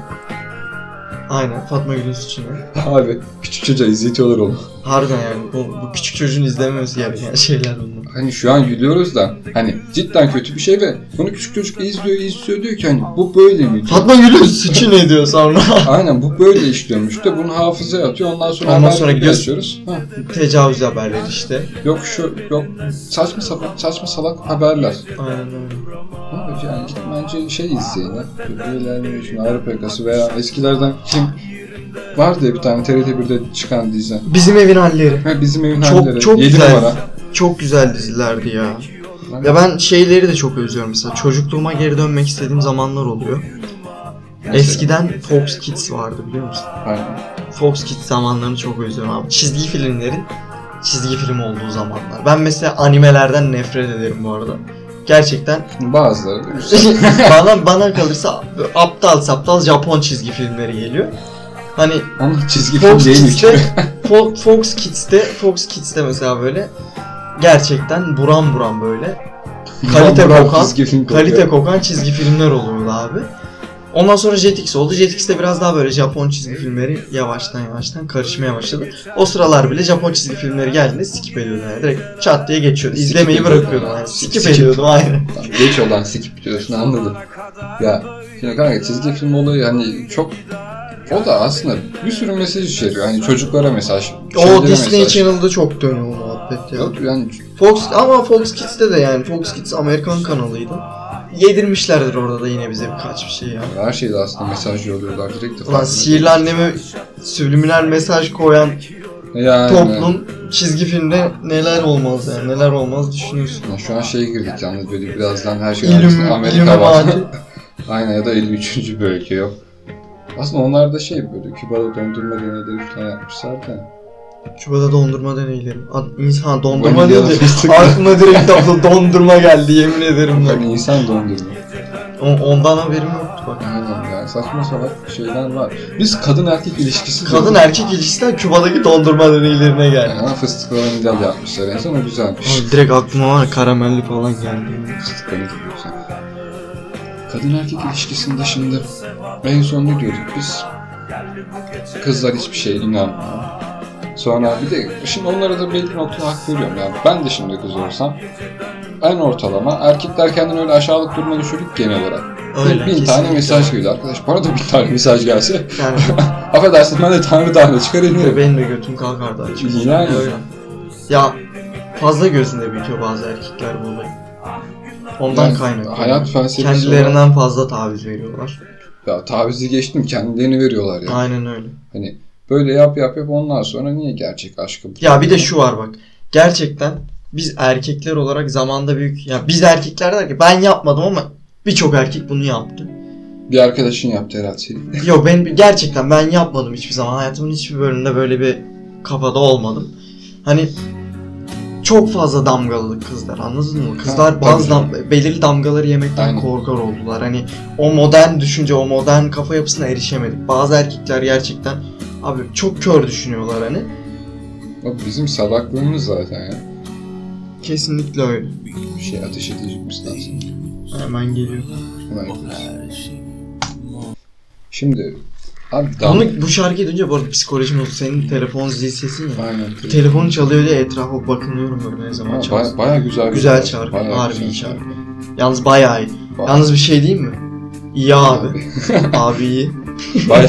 Speaker 1: Aynen, Fatma Gül'ün suçu ne?
Speaker 2: Abi küçük çocuğa izletiyorlar onu.
Speaker 1: Harbiden yani bu, bu küçük çocuğun izlememesi gereken şeyler bunlar.
Speaker 2: Hani şu an gülüyoruz da hani cidden kötü bir şey ve bunu küçük çocuk izliyor izliyor diyor ki hani bu böyle mi?
Speaker 1: Fatma Gül'ün suçu ne diyor sonra?
Speaker 2: Aynen bu böyle işliyormuş da bunu hafızaya atıyor ondan sonra
Speaker 1: Ondan
Speaker 2: haber
Speaker 1: sonra gidiyoruz.
Speaker 2: geçiyoruz. Ha,
Speaker 1: Tecavüz haberleri işte.
Speaker 2: yok şu yok saçma sapan saçma salak haberler.
Speaker 1: Aynen öyle.
Speaker 2: Abi yani git bence şey izleyin ya. Böyle şunu Avrupa Yakası veya eskilerden kim vardı ya bir tane T R T birde çıkan dizi.
Speaker 1: Bizim evin halleri.
Speaker 2: Ha, bizim evin
Speaker 1: Çok-
Speaker 2: halleri.
Speaker 1: çok
Speaker 2: yedi
Speaker 1: güzel.
Speaker 2: numara.
Speaker 1: Çok güzel dizilerdi ya. Ya ben şeyleri de çok özlüyorum mesela. Çocukluğuma geri dönmek istediğim zamanlar oluyor.
Speaker 2: Mesela.
Speaker 1: Eskiden Fox Kids vardı biliyor musun?
Speaker 2: Aynen.
Speaker 1: Fox Kids zamanlarını çok özlüyorum abi. Çizgi filmlerin çizgi film olduğu zamanlar. Ben mesela animelerden nefret ederim bu arada. Gerçekten
Speaker 2: Bazıları da güzel.
Speaker 1: bana bana kalırsa aptal saptal Japon çizgi filmleri geliyor. Hani
Speaker 2: Ama çizgi film
Speaker 1: Fox
Speaker 2: değil mi?
Speaker 1: Kids'te Fo- Fox Kids'te Fox Kids'te mesela böyle gerçekten buram buram böyle kalite
Speaker 2: Buram buram
Speaker 1: kokan
Speaker 2: çizgi film kokuyor.
Speaker 1: kalite kokan çizgi filmler oluyordu abi. Ondan sonra Jetix oldu. Jetix'te biraz daha böyle Japon çizgi filmleri yavaştan yavaştan karışmaya başladı. O sıralar bile Japon çizgi filmleri geldiğinde skip ediyordum yani. Direkt çat diye geçiyordu.
Speaker 2: Skip
Speaker 1: İzlemeyi
Speaker 2: ediyordum
Speaker 1: bırakıyordum
Speaker 2: yani.
Speaker 1: yani. Skip,
Speaker 2: Skip.
Speaker 1: ediyordum aynen.
Speaker 2: Tamam, geç olan skip diyorsun anladım. Ya şimdi kanka çizgi film olayı hani çok o da aslında bir sürü mesaj içeriyor. Hani çocuklara mesaj.
Speaker 1: O
Speaker 2: şeylere
Speaker 1: Disney
Speaker 2: mesaj.
Speaker 1: Channel'da çok dönüyor o muhabbet ya.
Speaker 2: Yok yani
Speaker 1: Fox ama Fox Kids'te de yani Fox Kids Amerikan kanalıydı. Yedirmişlerdir orada da yine bize birkaç bir şey ya.
Speaker 2: her şeyde aslında mesaj yolluyorlar direkt de.
Speaker 1: Ulan
Speaker 2: farkında
Speaker 1: sihirli
Speaker 2: değil.
Speaker 1: anneme subliminal mesaj koyan
Speaker 2: Yani,
Speaker 1: toplum çizgi filmde neler olmaz yani neler olmaz düşünüyorsun.
Speaker 2: yani şu an şeye girdik yalnız böyle birazdan her şey
Speaker 1: İllüm,
Speaker 2: arasında Amerika var.
Speaker 1: İlluminati.
Speaker 2: Aynen ya da elli üçüncü bölge yok. Aslında onlar da şey böyle Küba'da dondurma deneyleri falan yapmışlar da.
Speaker 1: Küba'da dondurma deneyleri. Ad- İnsan dondurma
Speaker 2: Vanilyalı
Speaker 1: deyince
Speaker 2: fıstık.
Speaker 1: aklıma direkt do- dondurma geldi yemin ederim bak.
Speaker 2: Hani insan dondurma.
Speaker 1: O- ondan haberim yoktu bak.
Speaker 2: Aynen ya. saçma salak şeyler var. Biz kadın erkek ilişkisi
Speaker 1: Kadın erkek ilişkisinden Küba'daki dondurma deneylerine geldi.
Speaker 2: yani fıstıklı vanilyalı yapmışlar en son, o güzelmiş.
Speaker 1: Abi direkt aklıma var karamelli falan geldi.
Speaker 2: Fıstıklı vanilyalı güzel. Kadın erkek ilişkisinde şimdi en son ne diyorduk biz? Kızlar hiçbir şeye inanmıyor. Sonra bir de şimdi onlara da belli noktada hak veriyorum. Yani ben de şimdi kız olsam en ortalama erkekler kendini öyle aşağılık duruma düşürük genel olarak.
Speaker 1: Öyle,
Speaker 2: bin tane mesaj geliyor arkadaş. Bana da bin tane mesaj gelse.
Speaker 1: Yani
Speaker 2: Affedersin, ben de tanrı tane çıkar iniyorum.
Speaker 1: benim de götüm kalkardı açıkçası.
Speaker 2: Yani.
Speaker 1: Öyle. Ya fazla gözünde büyütüyor bazı erkekler bu olayı. Ondan
Speaker 2: Yani
Speaker 1: kaynaklı.
Speaker 2: hayat felsefesi
Speaker 1: kendilerinden
Speaker 2: olarak,
Speaker 1: fazla taviz veriyorlar.
Speaker 2: ya tavizi geçtim, kendilerini veriyorlar ya.
Speaker 1: Aynen öyle.
Speaker 2: Hani böyle yap yap yap, ondan sonra niye gerçek aşkı?
Speaker 1: Ya bir de şu var bak. Gerçekten biz erkekler olarak zamanda büyük... Ya biz erkekler der ki ben yapmadım ama birçok erkek bunu yaptı.
Speaker 2: Bir arkadaşın yaptı herhalde senin.
Speaker 1: Yok ben gerçekten ben yapmadım hiçbir zaman. Hayatımın hiçbir bölümünde böyle bir kafada olmadım. Hani çok fazla damgalılık kızlar, anladın mı? Kızlar
Speaker 2: Ha,
Speaker 1: bazı
Speaker 2: tabii
Speaker 1: dam- belirli damgaları yemekten
Speaker 2: Aynen.
Speaker 1: korkar oldular. Hani o modern düşünce, o modern kafa yapısına erişemedik. Bazı erkekler gerçekten abi çok kör düşünüyorlar hani.
Speaker 2: O bizim salaklığımız zaten ya.
Speaker 1: Kesinlikle öyle.
Speaker 2: Bir şey ateş edecek misin aslında?
Speaker 1: Hemen geliyor.
Speaker 2: Hemen gidiyorsun. Şimdi abi dam...
Speaker 1: Bunu, bu şarkıyı duyunca bu arada psikolojim oldu. Senin telefon zil sesin ya.
Speaker 2: Aynen.
Speaker 1: Telefon çalıyor diye etrafa bakınıyorum böyle ne zaman
Speaker 2: Ha,
Speaker 1: çalsın.
Speaker 2: baya, baya güzel.
Speaker 1: Güzel şarkı,
Speaker 2: Bayağı
Speaker 1: harbi
Speaker 2: güzel
Speaker 1: iyi şarkı. Yalnız bayağı iyi.
Speaker 2: Baya-
Speaker 1: Yalnız bir şey diyeyim mi? İyi abi. Abi iyi.
Speaker 2: Bayağı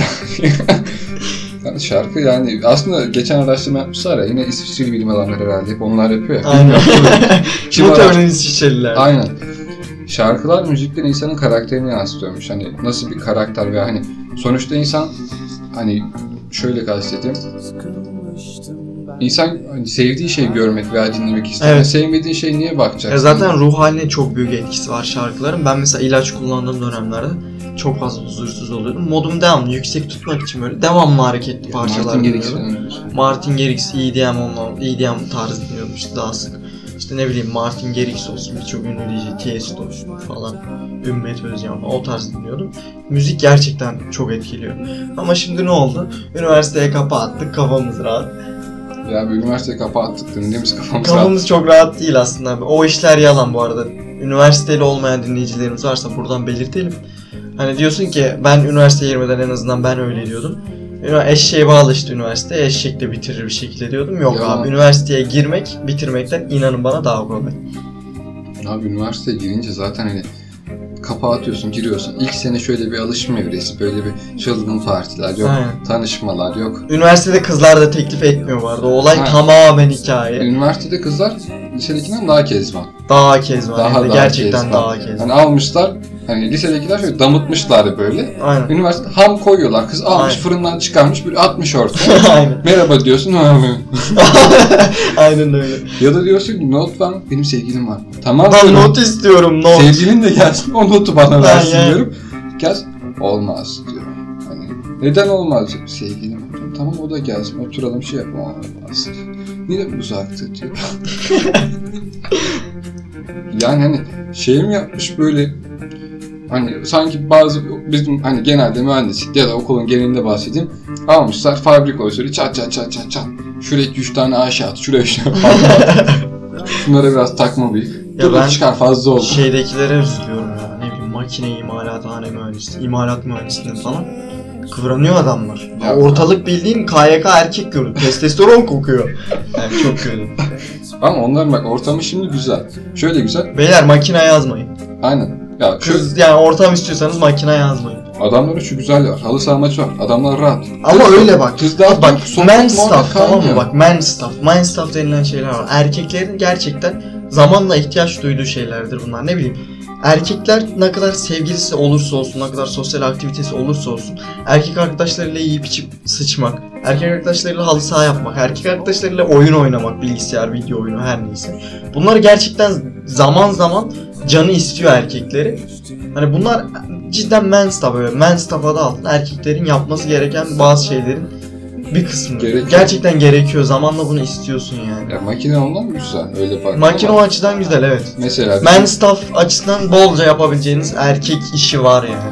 Speaker 2: yani şarkı yani aslında geçen araştırma yapmışlar ya, yine İsviçreli bilim adamları herhalde hep onlar yapıyor ya.
Speaker 1: Aynen.
Speaker 2: Kim
Speaker 1: Muhtemelen İsviçreliler.
Speaker 2: Aynen. Şarkılar müzikten insanın karakterini yansıtıyormuş. Hani nasıl bir karakter veya hani sonuçta insan hani şöyle kasteteyim. İnsan hani sevdiği şeyi görmek veya dinlemek ister.
Speaker 1: Evet.
Speaker 2: Sevmediğin şey niye bakacaksın?
Speaker 1: Ya zaten ruh haline çok büyük etkisi var şarkıların. Ben mesela ilaç kullandığım dönemlerde çok fazla huzursuz oluyordum. Modumu devamlı yüksek tutmak için böyle devamlı hareketli parçalar
Speaker 2: Martin Garrix
Speaker 1: dinliyordum.
Speaker 2: falan.
Speaker 1: Martin Garrix, E D M onunla, E D M tarzı dinliyordum işte daha sık. İşte ne bileyim Martin Garrix olsun, birçok ünlü D J, Tiesto falan, Ümmet Özcan o tarz dinliyordum. Müzik gerçekten çok etkiliyor. Ama şimdi ne oldu? Üniversiteye kafa attık, kafamız rahat.
Speaker 2: Ya bir üniversiteyi kapattık, dinlediğimiz kafamız rahat.
Speaker 1: Kafamız çok rahat değil aslında. O işler yalan bu arada. Üniversiteli olmayan dinleyicilerimiz varsa buradan belirtelim. Hani diyorsun ki ben üniversiteye girmeden en azından ben öyle diyordum. Eşeğe bağlı işte üniversite, eşek de bitirir bir şekilde diyordum. Yok
Speaker 2: Ya.
Speaker 1: abi, üniversiteye girmek bitirmekten inanın bana daha kolay.
Speaker 2: Abi üniversiteye girince zaten hani kapağı atıyorsun, giriyorsun. İlk sene şöyle bir alışma evresi, böyle bir çılgın partiler, yok
Speaker 1: Aynen.
Speaker 2: tanışmalar, yok.
Speaker 1: Üniversitede kızlar da teklif etmiyor bu arada. O olay
Speaker 2: Ha.
Speaker 1: tamamen hikaye.
Speaker 2: Üniversitede kızlar lisedekinden daha kezban.
Speaker 1: Daha kezban.
Speaker 2: Daha
Speaker 1: Hem de
Speaker 2: daha
Speaker 1: gerçekten
Speaker 2: kezban.
Speaker 1: daha kezban.
Speaker 2: Hani almışlar, hani lisedekiler şöyle damıtmışlar böyle.
Speaker 1: Aynen.
Speaker 2: Üniversite ham koyuyorlar. Kız almış,
Speaker 1: Aynen.
Speaker 2: fırından çıkarmış, böyle atmış ortaya.
Speaker 1: Aynen.
Speaker 2: Merhaba diyorsun.
Speaker 1: Aynen öyle.
Speaker 2: Ya da diyorsun ki not var mı? Benim sevgilim var. Tamam
Speaker 1: Ben
Speaker 2: diyorum.
Speaker 1: not istiyorum, not.
Speaker 2: Sevgilin de gelsin, o notu bana versin
Speaker 1: Aynen.
Speaker 2: diyorum. Gel, olmaz diyor. Hani neden olmaz diyor. Sevgilim var. Tamam, o da gelsin, oturalım şey yapalım. Olmaz. Niye uzaktı diyor. Yani hani şey mi yapmış böyle, hani sanki bazı bizim hani genelde mühendislik ya da okulun genelinde bahsedeyim, almışlar fabrika usulü çat çat çat çat çat. Şuraya iki üç tane aşağı at, şuraya üç tane at. Şunlara biraz takma büyük.
Speaker 1: Ya
Speaker 2: Dur
Speaker 1: ben
Speaker 2: çıkar fazla oldu.
Speaker 1: şeydekilere üzülüyorum ya. Ne bileyim makine imalathane mühendisi, imalat mühendisliğinde falan. Kıvranıyor adamlar.
Speaker 2: Ya.
Speaker 1: Ya ortalık bildiğin K Y K erkek görüntü. Testosteron kokuyor. Yani çok kötü.
Speaker 2: Ama onların bak ortamı şimdi güzel. Şöyle güzel.
Speaker 1: Beyler makine yazmayın.
Speaker 2: Aynen. Ya şu
Speaker 1: Kız yani ortam istiyorsanız makine yazmayın.
Speaker 2: adamların şu güzel var. Halı saha maçı var. Adamlar rahat.
Speaker 1: Ama
Speaker 2: Kız-
Speaker 1: öyle bak.
Speaker 2: Kızlar
Speaker 1: Bak
Speaker 2: sohbet
Speaker 1: man
Speaker 2: muhabbet
Speaker 1: stuff tamam mı?
Speaker 2: kalmıyor.
Speaker 1: Bak man stuff. Man stuff denilen şeyler var. Erkeklerin gerçekten zamanla ihtiyaç duyduğu şeylerdir bunlar. Ne bileyim. Erkekler ne kadar sevgilisi olursa olsun, ne kadar sosyal aktivitesi olursa olsun, erkek arkadaşlarıyla yiyip içip sıçmak, erkek arkadaşlarıyla halı saha yapmak, erkek arkadaşlarıyla oyun oynamak, bilgisayar, video oyunu her neyse. Bunları gerçekten zaman zaman canı istiyor erkekleri. Hani bunlar cidden man stuff, böyle man stuff adı altında erkeklerin yapması gereken bazı şeylerin bir kısmı.
Speaker 2: Gerekiyor.
Speaker 1: Gerçekten gerekiyor. Zamanla bunu istiyorsun yani.
Speaker 2: Ya makine ondan mı güzel? Öyle bak.
Speaker 1: Makine o açıdan güzel evet.
Speaker 2: Mesela
Speaker 1: Man stuff açısından bolca yapabileceğiniz erkek işi var yani.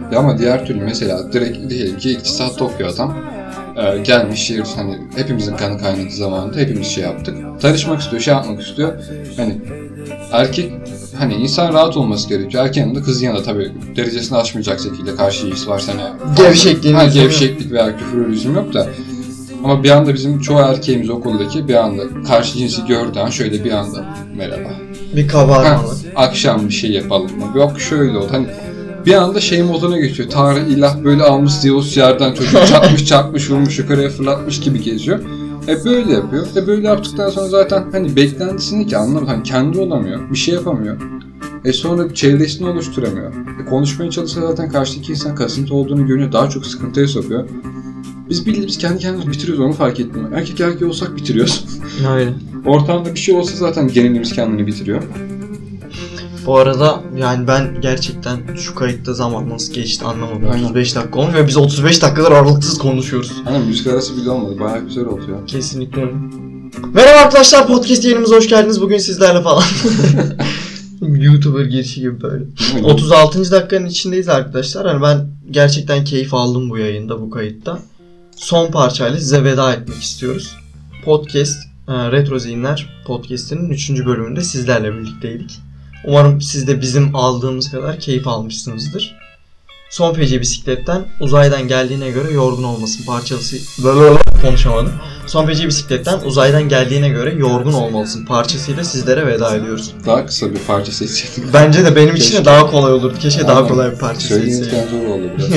Speaker 2: Ya ama diğer türlü mesela direkt diyelim ki iktisatta okuyor adam. Ee, gelmiş şehir, hani hepimizin kanı kaynadığı zamanında hepimiz şey yaptık. Tanışmak istiyor, şey yapmak istiyor. Hani erkek, hani insan rahat olması gerekiyor. Erkeğin de kızın yanında tabii derecesini aşmayacak şekilde karşı ilgisi varsa hani
Speaker 1: Gevşekliğin
Speaker 2: ha,
Speaker 1: lüzumu
Speaker 2: gevşeklik veya küfür lüzum yok da. Ama bir anda bizim çoğu erkeğimiz okuldaki bir anda karşı cinsi gördüğü an şöyle bir anda merhaba.
Speaker 1: bir kabarmalı.
Speaker 2: Akşam bir şey yapalım mı? Yok şöyle oldu. Hani bir anda şey moduna geçiyor. Tanrı ilah böyle almış Zeus yerden çocuğu çarpmış çarpmış vurmuş yukarıya fırlatmış gibi geziyor. E böyle yapıyor. E böyle yaptıktan sonra zaten hani beklentisini ki anlamadım. Hani kendi olamıyor. Bir şey yapamıyor. E sonra çevresini oluşturamıyor. E konuşmaya çalışsa zaten karşıdaki insan kasıntı olduğunu görünüyor. Daha çok sıkıntıya sokuyor. Biz bildiğimiz kendi kendimizi bitiriyoruz, onu fark ettim. Erkek erkeği olsak bitiriyoruz.
Speaker 1: Aynen.
Speaker 2: Ortamda bir şey olsa zaten genelimiz kendini bitiriyor.
Speaker 1: Bu arada yani ben gerçekten şu kayıtta zaman nasıl geçti anlamadım.
Speaker 2: Aynen.
Speaker 1: otuz beş dakika olmuş ve biz otuz beş dakikadır aralıksız konuşuyoruz.
Speaker 2: Hani müzik arası bile olmadı. Bayağı güzel oldu ya.
Speaker 1: Kesinlikle öyle. Merhaba arkadaşlar, podcast yayınımıza hoş geldiniz. Bugün sizlerle falan. YouTuber girişi gibi böyle. otuz altıncı dakikanın içindeyiz arkadaşlar. Hani ben gerçekten keyif aldım bu yayında, bu kayıtta. Son parçayla size veda etmek istiyoruz. Podcast, Retro Zihinler Podcast'inin üçüncü bölümünde sizlerle birlikteydik. Umarım siz de bizim aldığımız kadar keyif almışsınızdır. Son feci bisikletten uzaydan geldiğine göre yorgun olmasın parçası... Konuşamadım. Son feci bisikletten uzaydan geldiğine göre yorgun olmalısın parçasıyla sizlere veda ediyoruz.
Speaker 2: Daha kısa bir parça seçseydik.
Speaker 1: Bence de benim için de
Speaker 2: Keşke.
Speaker 1: daha kolay olurdu. Keşke
Speaker 2: Aynen.
Speaker 1: daha kolay bir parça seçseydim.
Speaker 2: Söyleyinizden zor oldu biraz.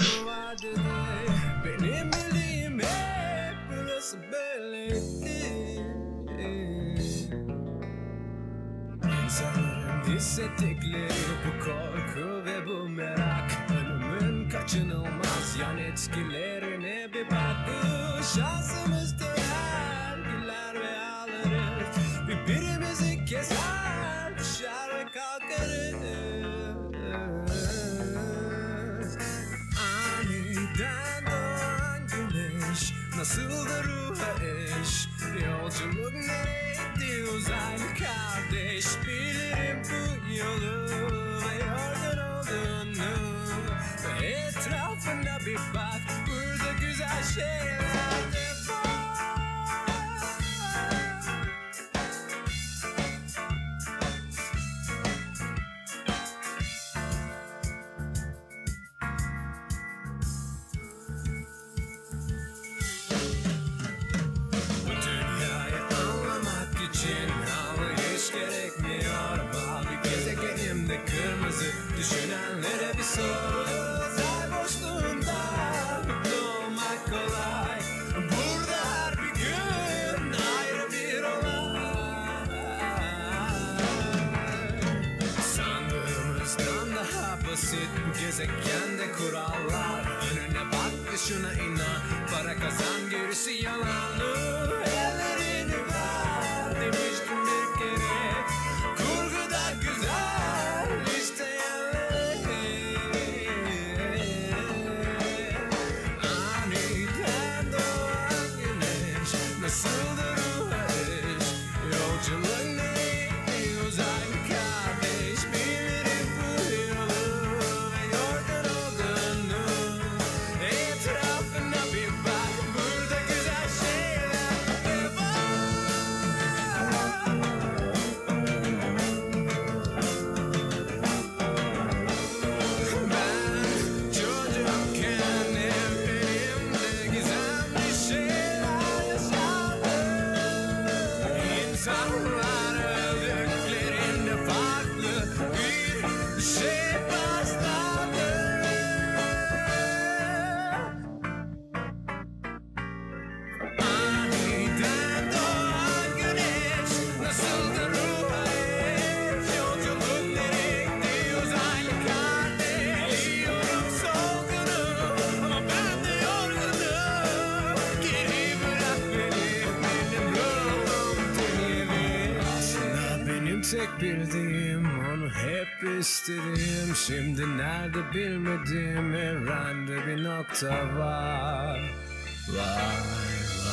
Speaker 3: İnsanların hissettikleri bu korku ve bu merak, ölümün kaçınılmaz yan etkilerine bir bak. Bu şansımız döner, güler ve ağlarız, birbirimizi keser, düşer ve kalkarız. Aniden doğan güneş nasıl da ruha eş, yolculuk nereye gitti uzaylı kardeş, bilirim bu yolu ve yorgun olduğunu, ve etrafına bir bak, burada güzel şeyler de var. Bu dünyayı anlamak için anlayış gerekmiyor. Mavi gezegenimde kırmızı düşünenlere bir sor. Uzay boşluğunda mutlu olmak kolay. Burada her bir gün ayrı bir olay. Sandığımızdan daha basit bu gezegende kurallar. Önüne bak ve şuna inan, para kazan gerisi yalanlı. Ellerini ver demiştim bir kere, kurguda güzel işte yerleri. Aniden doğan güneş nasıldır ruha eş, yolculuk nereye uzaylı kardeş, bilirim bu yolu ve yorgun olduğunu, etrafına bir bak, burada güzel şeyler de var. Ben çocukken evlerimde gizemli şeyler yaşardım. İnsanlar öldüklerinde farklı bir şey başladı. Aniden doğan güneş nasıldır ruha eş, yolculuk nereye gitti uzaylı kardeş, biliyorum solgunum ama ben de yorgunum, geri bırak beni, benim ruhum temiz. Aslında benim tek bildiğim, onu hep isterim, şimdi nerede bilmediğim evrende bir nokta var. Vay